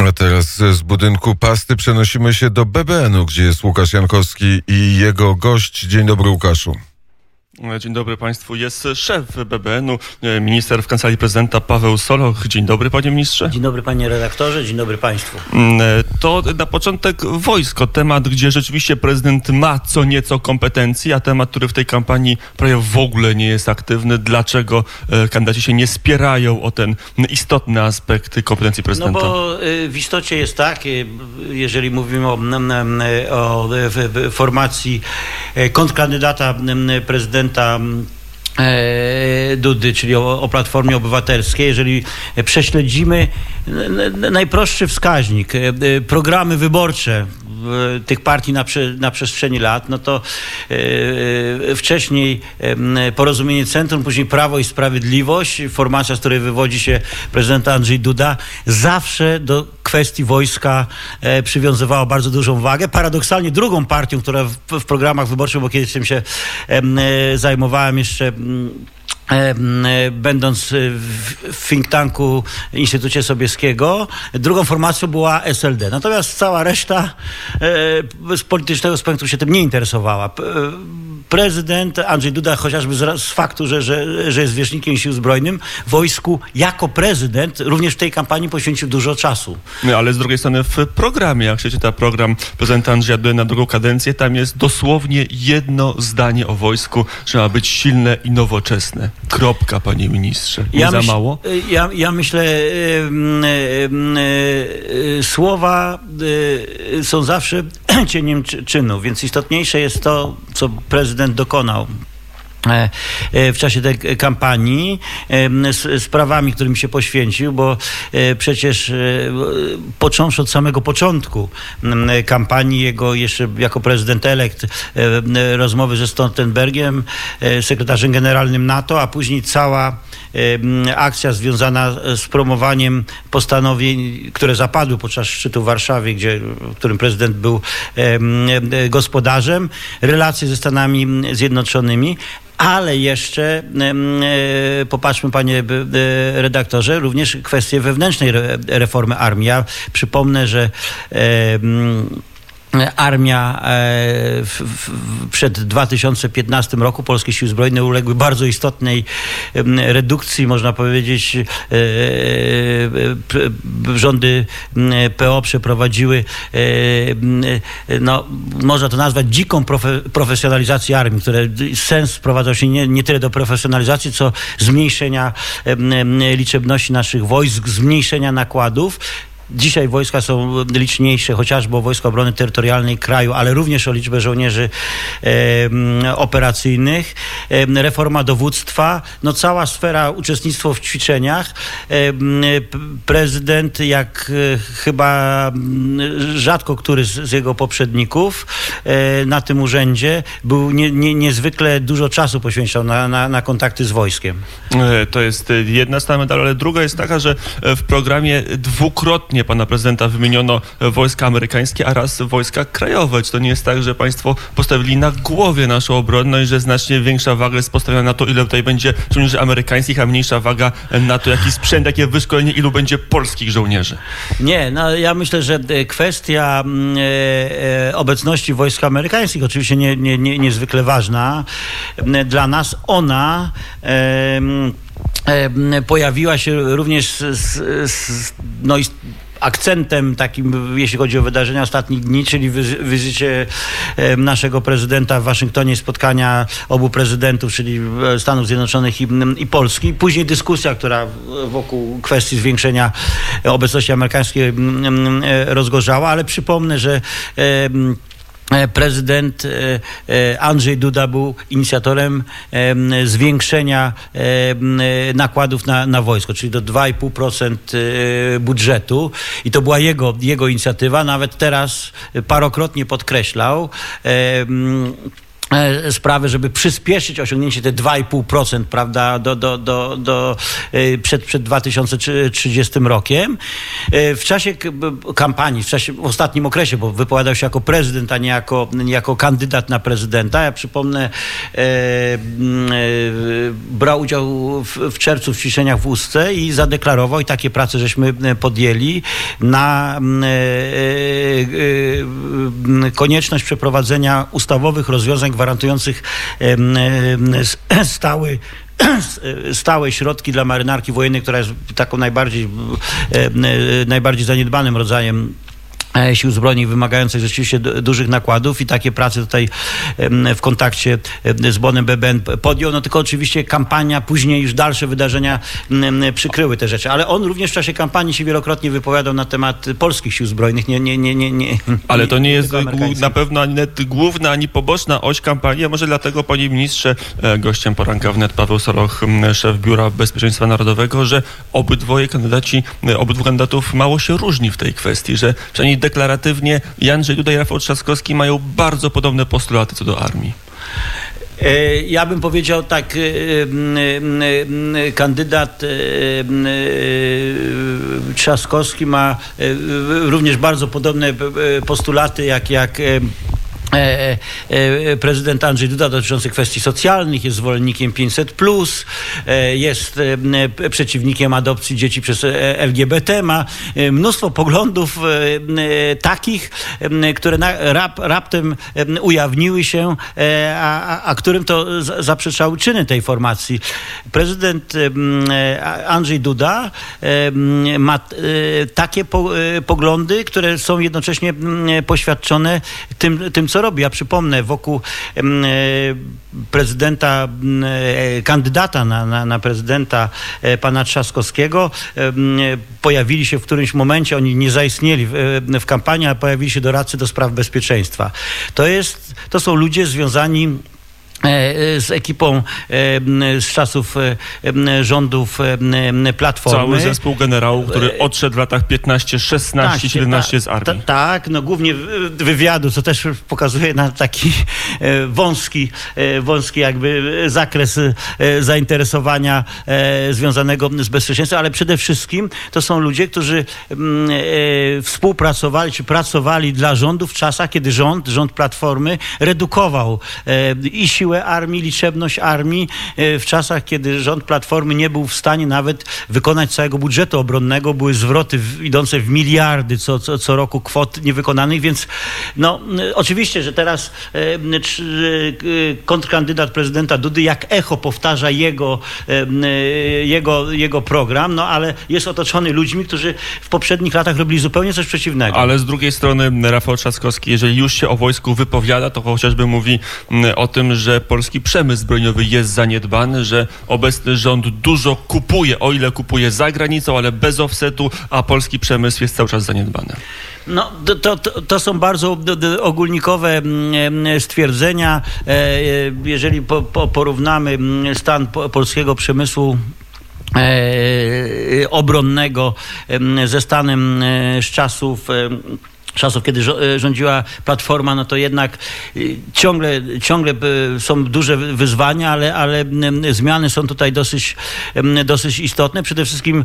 A teraz z budynku Pasty przenosimy się do BBN-u, gdzie jest Łukasz Jankowski i jego gość. Dzień dobry, Łukaszu. Dzień dobry Państwu. Jest szef BBN-u, minister w Kancelarii Prezydenta Paweł Soloch. Dzień dobry, panie ministrze. Dzień dobry, panie redaktorze. Dzień dobry państwu. To na początek wojsko. Temat, gdzie rzeczywiście prezydent ma co nieco kompetencji, a temat, który w tej kampanii prawie w ogóle nie jest aktywny. Dlaczego kandydaci się nie spierają o ten istotny aspekt kompetencji prezydenta? No bo w istocie jest tak, jeżeli mówimy o formacji kontrkandydata prezydenta Dudy, czyli o Platformie Obywatelskiej, jeżeli prześledzimy najprostszy wskaźnik, programy wyborcze tych partii na przestrzeni lat, no to wcześniej Porozumienie Centrum, później Prawo i Sprawiedliwość, formacja, z której wywodzi się prezydent Andrzej Duda, zawsze do kwestii wojska przywiązywała bardzo dużą wagę. Paradoksalnie drugą partią, która w programach wyborczych, bo kiedyś tym się zajmowałem jeszcze będąc w think tanku Instytucie Sobieskiego, drugą formacją była SLD. Natomiast cała reszta z politycznego spektrum się tym nie interesowała. Prezydent Andrzej Duda, chociażby z faktu, że jest zwierzchnikiem Sił Zbrojnych, wojsku jako prezydent również w tej kampanii poświęcił dużo czasu. No, ale z drugiej strony w programie, jak się czyta program prezydenta Andrzeja Dudy na drugą kadencję, tam jest dosłownie jedno zdanie o wojsku, że ma być silne i nowoczesne. Kropka, panie ministrze. Nie za mało? Ja myślę, słowa są zawsze cieniem czynu, więc istotniejsze jest to, co prezydent dokonał w czasie tej kampanii, sprawami, którym się poświęcił, bo przecież począwszy od samego początku kampanii, jego jeszcze jako prezydent elekt, rozmowy ze Stoltenbergiem, sekretarzem generalnym NATO, a później cała akcja związana z promowaniem postanowień, które zapadły podczas szczytu w Warszawie, w którym prezydent był gospodarzem, relacje ze Stanami Zjednoczonymi, ale jeszcze, popatrzmy, panie redaktorze, również kwestie wewnętrznej reformy armii. Ja przypomnę, że armia przed 2015 roku, polskie Siły Zbrojne uległy bardzo istotnej redukcji, można powiedzieć. Rządy PO przeprowadziły, no, można to nazwać dziką profesjonalizację armii, które sens sprowadzał się nie tyle do profesjonalizacji, co zmniejszenia liczebności naszych wojsk, zmniejszenia nakładów. Dzisiaj wojska są liczniejsze, chociażby o Wojska Obrony Terytorialnej kraju, ale również o liczbę żołnierzy operacyjnych. Reforma dowództwa, no cała sfera uczestnictwa w ćwiczeniach. Prezydent, jak chyba rzadko który z jego poprzedników na tym urzędzie, był niezwykle dużo czasu poświęcał na kontakty z wojskiem. To jest jedna strona medalu, ale druga jest taka, że w programie dwukrotnie pana prezydenta wymieniono wojska amerykańskie, a raz wojska krajowe. Czy to nie jest tak, że państwo postawili na głowie naszą obronność, że znacznie większa waga jest postawiona na to, ile tutaj będzie żołnierzy amerykańskich, a mniejsza waga na to, jaki sprzęt, jakie wyszkolenie, ilu będzie polskich żołnierzy? Nie, no ja myślę, że kwestia obecności wojsk amerykańskich, oczywiście niezwykle ważna dla nas, ona pojawiła się również akcentem takim, jeśli chodzi o wydarzenia ostatnich dni, czyli wizycie naszego prezydenta w Waszyngtonie, spotkania obu prezydentów, czyli Stanów Zjednoczonych i Polski. Później dyskusja, która wokół kwestii zwiększenia obecności amerykańskiej rozgorzała, ale przypomnę, że prezydent Andrzej Duda był inicjatorem zwiększenia nakładów na wojsko, czyli do 2,5% budżetu, i to była jego inicjatywa. Nawet teraz parokrotnie podkreślał sprawę, żeby przyspieszyć osiągnięcie te 2,5%, prawda, przed 2030 rokiem. W czasie kampanii, w ostatnim okresie, bo wypowiadał się jako prezydent, a nie jako kandydat na prezydenta. Ja przypomnę, brał udział w czerwcu w ćwiczeniach w Ustce i zadeklarował, i takie prace żeśmy podjęli, na konieczność przeprowadzenia ustawowych rozwiązań gwarantujących stałe środki dla marynarki wojennej, która jest taką najbardziej zaniedbanym rodzajem sił zbrojnych, wymagających rzeczywiście dużych nakładów, i takie prace tutaj w kontakcie z Bonem BBN podjął. No tylko oczywiście kampania, później już dalsze wydarzenia przykryły te rzeczy. Ale on również w czasie kampanii się wielokrotnie wypowiadał na temat polskich sił zbrojnych. Nie. Ale to nie jest na pewno ani główna, ani poboczna oś kampanii, a może dlatego, panie ministrze, gościem poranka wnet Paweł Soroch, szef Biura Bezpieczeństwa Narodowego, że obydwu kandydatów mało się różni w tej kwestii, że przynajmniej deklaratywnie Andrzej Duda i Rafał Trzaskowski mają bardzo podobne postulaty co do armii. Ja bym powiedział tak, kandydat Trzaskowski ma również bardzo podobne postulaty jak prezydent Andrzej Duda, dotyczący kwestii socjalnych, jest zwolennikiem 500+, jest przeciwnikiem adopcji dzieci przez LGBT, ma mnóstwo poglądów takich, które raptem ujawniły się, a którym to zaprzeczały czyny tej formacji. Prezydent Andrzej Duda ma takie poglądy, które są jednocześnie poświadczone tym, co robi. Ja przypomnę, wokół prezydenta, kandydata na prezydenta pana Trzaskowskiego pojawili się w którymś momencie, oni nie zaistnieli w kampanii, a pojawili się doradcy do spraw bezpieczeństwa. To są ludzie związani z ekipą z czasów rządów Platformy. Cały zespół generałów, który odszedł w latach 15, 16, 17 z armii. Tak, no głównie wywiadu, co też pokazuje na taki wąski jakby zakres zainteresowania związanego z bezpieczeństwem, ale przede wszystkim to są ludzie, którzy współpracowali czy pracowali dla rządu w czasach, kiedy rząd Platformy redukował i siłę armii, liczebność armii, w czasach, kiedy rząd Platformy nie był w stanie nawet wykonać całego budżetu obronnego. Były zwroty idące w miliardy co roku kwot niewykonanych, więc no oczywiście, że teraz kontrkandydat prezydenta Dudy jak echo powtarza jego program, no ale jest otoczony ludźmi, którzy w poprzednich latach robili zupełnie coś przeciwnego. Ale z drugiej strony Rafał Trzaskowski, jeżeli już się o wojsku wypowiada, to chociażby mówi o tym, że polski przemysł zbrojeniowy jest zaniedbany, że obecny rząd dużo kupuje, o ile kupuje za granicą, ale bez offsetu, a polski przemysł jest cały czas zaniedbany. No, to są bardzo ogólnikowe stwierdzenia. Jeżeli porównamy stan polskiego przemysłu obronnego ze stanem z czasów, kiedy rządziła Platforma, no to jednak ciągle są duże wyzwania, ale zmiany są tutaj dosyć istotne. Przede wszystkim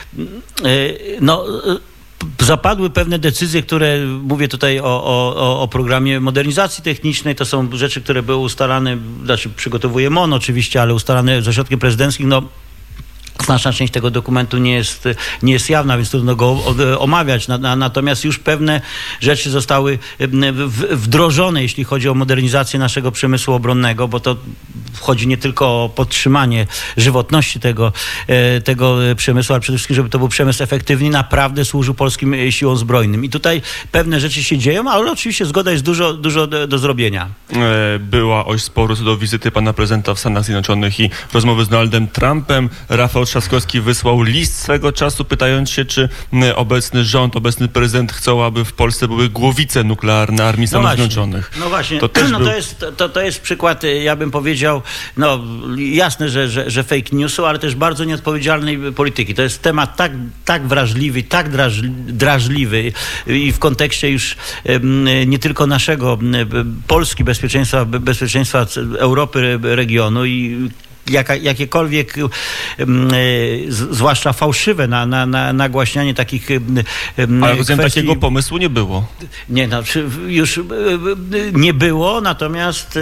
zapadły pewne decyzje, które, mówię tutaj o programie modernizacji technicznej, to są rzeczy, które były ustalane, przygotowuje MON oczywiście, ale ustalane z ośrodkiem prezydenckim, znaczna część tego dokumentu nie jest jawna, więc trudno go omawiać. Natomiast już pewne rzeczy zostały wdrożone, jeśli chodzi o modernizację naszego przemysłu obronnego, bo to chodzi nie tylko o podtrzymanie żywotności tego przemysłu, ale przede wszystkim, żeby to był przemysł efektywny i naprawdę służył polskim siłom zbrojnym. I tutaj pewne rzeczy się dzieją, ale oczywiście zgoda jest dużo do zrobienia. Była oś sporu co do wizyty pana prezydenta w Stanach Zjednoczonych i rozmowy z Donaldem Trumpem. Rafał Trzaskowski wysłał list swego czasu, pytając się, czy obecny rząd, obecny prezydent chcą, aby w Polsce były głowice nuklearne Armii Stanów Zjednoczonych. No właśnie, to jest przykład, ja bym powiedział, powiedział, no jasne, że fake newsu, ale też bardzo nieodpowiedzialnej polityki. To jest temat tak wrażliwy, tak drażliwy i w kontekście już nie tylko naszego, Polski, bezpieczeństwa Europy, regionu i jakiekolwiek, zwłaszcza fałszywe nagłaśnianie takich ale kwestii, takiego pomysłu nie było. Nie, no, już nie było, natomiast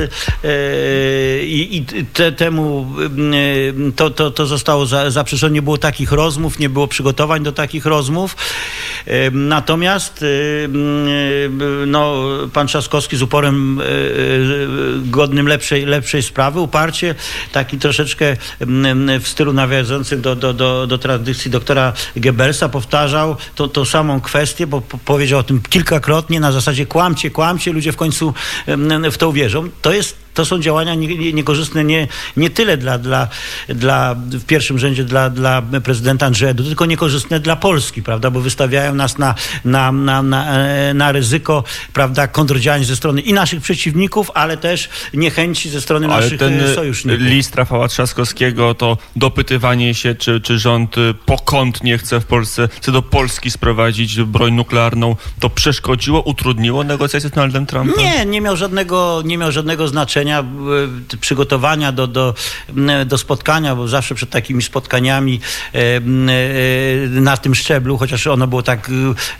temu to zostało zaprzeczone. Nie było takich rozmów, nie było przygotowań do takich rozmów. Natomiast no, pan Trzaskowski z uporem godnym lepszej sprawy, uparcie, taki troszeczkę w stylu nawiązującym do tradycji doktora Goebbelsa powtarzał tą samą kwestię, bo powiedział o tym kilkakrotnie na zasadzie kłamcie, ludzie w końcu w to uwierzą. To są działania niekorzystne nie tyle w pierwszym rzędzie dla prezydenta Andrzeja Dudy, tylko niekorzystne dla Polski, prawda, bo wystawiają nas na ryzyko, prawda, kontrdziałań ze strony i naszych przeciwników, ale też niechęci ze strony naszych sojuszników. List Rafała Trzaskowskiego, to dopytywanie się, czy rząd pokątnie chce w Polsce, chce do Polski sprowadzić broń nuklearną, to przeszkodziło, utrudniło negocjacje z Donaldem Trumpem? Nie miał żadnego znaczenia. Przygotowania do spotkania, bo zawsze przed takimi spotkaniami na tym szczeblu, chociaż ono było tak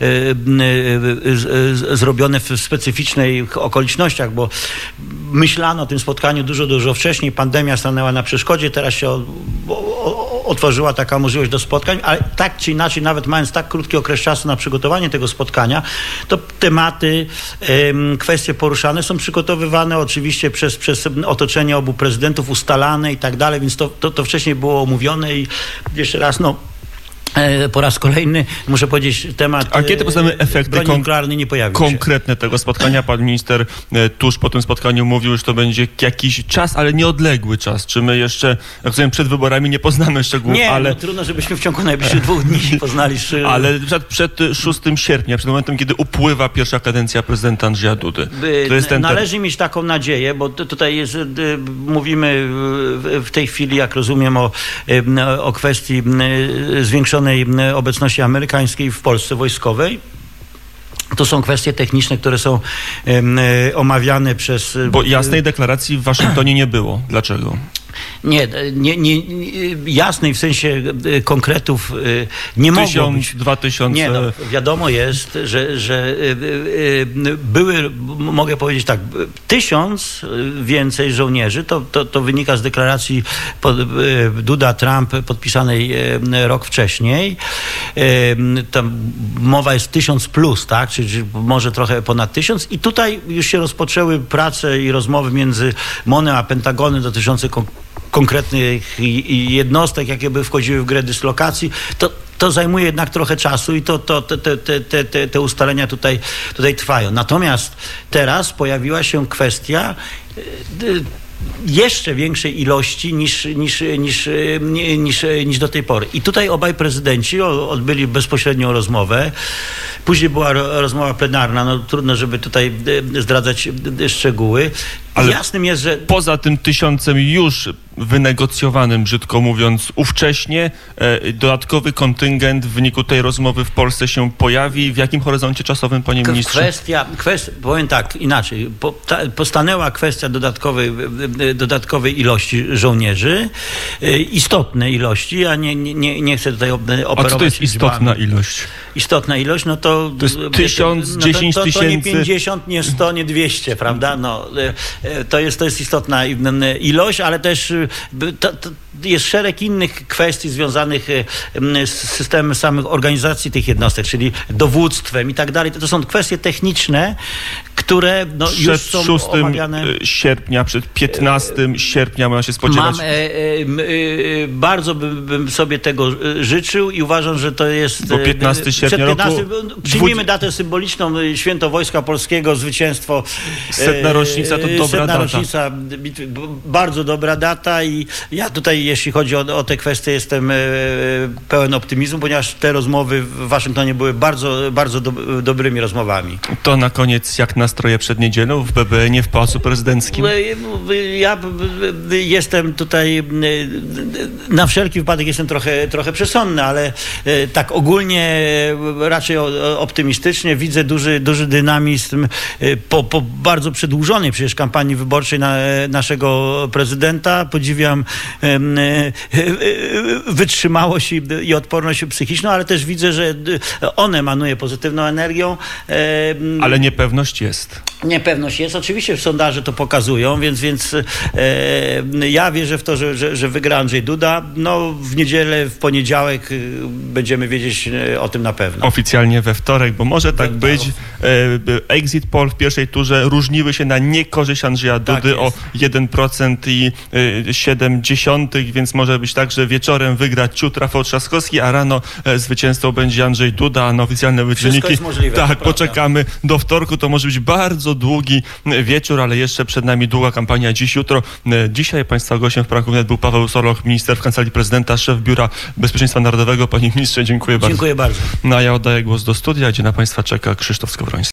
zrobione w specyficznych okolicznościach, bo myślano o tym spotkaniu dużo wcześniej. Pandemia stanęła na przeszkodzie, teraz się otworzyła taka możliwość do spotkań, ale tak czy inaczej, nawet mając tak krótki okres czasu na przygotowanie tego spotkania, to tematy, kwestie poruszane są przygotowywane oczywiście przez otoczenie obu prezydentów, ustalane i tak dalej, więc to wcześniej było omówione i jeszcze raz, po raz kolejny muszę powiedzieć, temat a kiedy poznamy efekty nuklearnej nie pojawił się. Konkretne tego spotkania? Pan minister tuż po tym spotkaniu mówił, że to będzie jakiś czas, ale nieodległy czas. Czy my jeszcze, jak rozumiem, przed wyborami nie poznamy szczegółów? Nie, trudno, żebyśmy w ciągu najbliższych 2 dni poznali. Ale przed 6 sierpnia, przed momentem, kiedy upływa pierwsza kadencja prezydenta Andrzeja Dudy. To jest należy mieć taką nadzieję, bo tutaj mówimy w tej chwili, jak rozumiem, o kwestii zwiększonej obecności amerykańskiej w Polsce wojskowej. To są kwestie techniczne, które są omawiane przez... Bo jasnej deklaracji w Waszyngtonie nie było. Dlaczego? Nie, jasnej w sensie konkretów nie mogło być. 2000... Nie, wiadomo jest, że były, mogę powiedzieć tak, 1000 więcej żołnierzy, to wynika z deklaracji Duda-Trump podpisanej rok wcześniej. Tam mowa jest 1000 plus, tak, czyli może trochę ponad 1000 i tutaj już się rozpoczęły prace i rozmowy między MON-em a Pentagonem dotyczące konkretnych jednostek, jakie by wchodziły w grę dyslokacji, to zajmuje jednak trochę czasu i te ustalenia tutaj trwają. Natomiast teraz pojawiła się kwestia jeszcze większej ilości niż do tej pory. I tutaj obaj prezydenci odbyli bezpośrednią rozmowę. Później była rozmowa plenarna. Trudno, żeby tutaj zdradzać szczegóły. Ale jasnym jest, że... Poza tym 1000 już wynegocjowanym, brzydko mówiąc, ówcześnie, dodatkowy kontyngent w wyniku tej rozmowy w Polsce się pojawi. W jakim horyzoncie czasowym, panie ministrze? Powiem tak, inaczej. Postanęła kwestia dodatkowej ilości żołnierzy, istotnej ilości, a nie chcę tutaj operować. A co to jest istotna ilość? Istotna ilość, to jest 1000, 10 tysięcy. To nie 50, nie 100, nie 200, prawda? To jest istotna ilość, ale też jest szereg innych kwestii związanych z systemem samych organizacji tych jednostek, czyli dowództwem i tak dalej. To są kwestie techniczne, które już są omawiane. Przed 6 sierpnia, przed 15 sierpnia można się spodziewać. Bardzo bym sobie tego życzył i uważam, że to jest... Bo 15 sierpnia przyjmijmy datę symboliczną, Święto Wojska Polskiego, zwycięstwo. 100. rocznica to dobra data. Rocznica bitwy, bardzo dobra data i ja tutaj, jeśli chodzi o te kwestie, jestem pełen optymizmu, ponieważ te rozmowy w Waszyngtonie były bardzo, bardzo dobrymi rozmowami. To na koniec, jak nastawić nastroje przed niedzielą w BBN-ie, w Pałacu Prezydenckim? Ja jestem tutaj, na wszelki wypadek jestem trochę przesądny, ale tak ogólnie raczej optymistycznie widzę duży dynamizm po bardzo przedłużonej przecież kampanii wyborczej naszego prezydenta. Podziwiam wytrzymałość i odporność psychiczną, ale też widzę, że on emanuje pozytywną energią. Ale niepewność jest. Niepewność jest. Oczywiście sondaże to pokazują, więc ja wierzę w to, że wygra Andrzej Duda. No, w niedzielę, w poniedziałek będziemy wiedzieć o tym na pewno. Oficjalnie we wtorek, bo może tak być. Exit poll w pierwszej turze różniły się na niekorzyść Andrzeja Dudy o 1% i 0,7, więc może być tak, że wieczorem wygra ciut Rafał Trzaskowski, a rano zwycięzcą będzie Andrzej Duda, a na oficjalne wyniki jest możliwe, tak, poczekamy do wtorku. To może być bardzo długi wieczór, ale jeszcze przed nami długa kampania dziś, jutro. Dzisiaj państwa gościem w poranku wnet był Paweł Soloch, minister w Kancelarii Prezydenta, szef Biura Bezpieczeństwa Narodowego. Panie ministrze, dziękuję bardzo. Dziękuję bardzo. No a ja oddaję głos do studia, gdzie na państwa czeka Krzysztof Skowroński.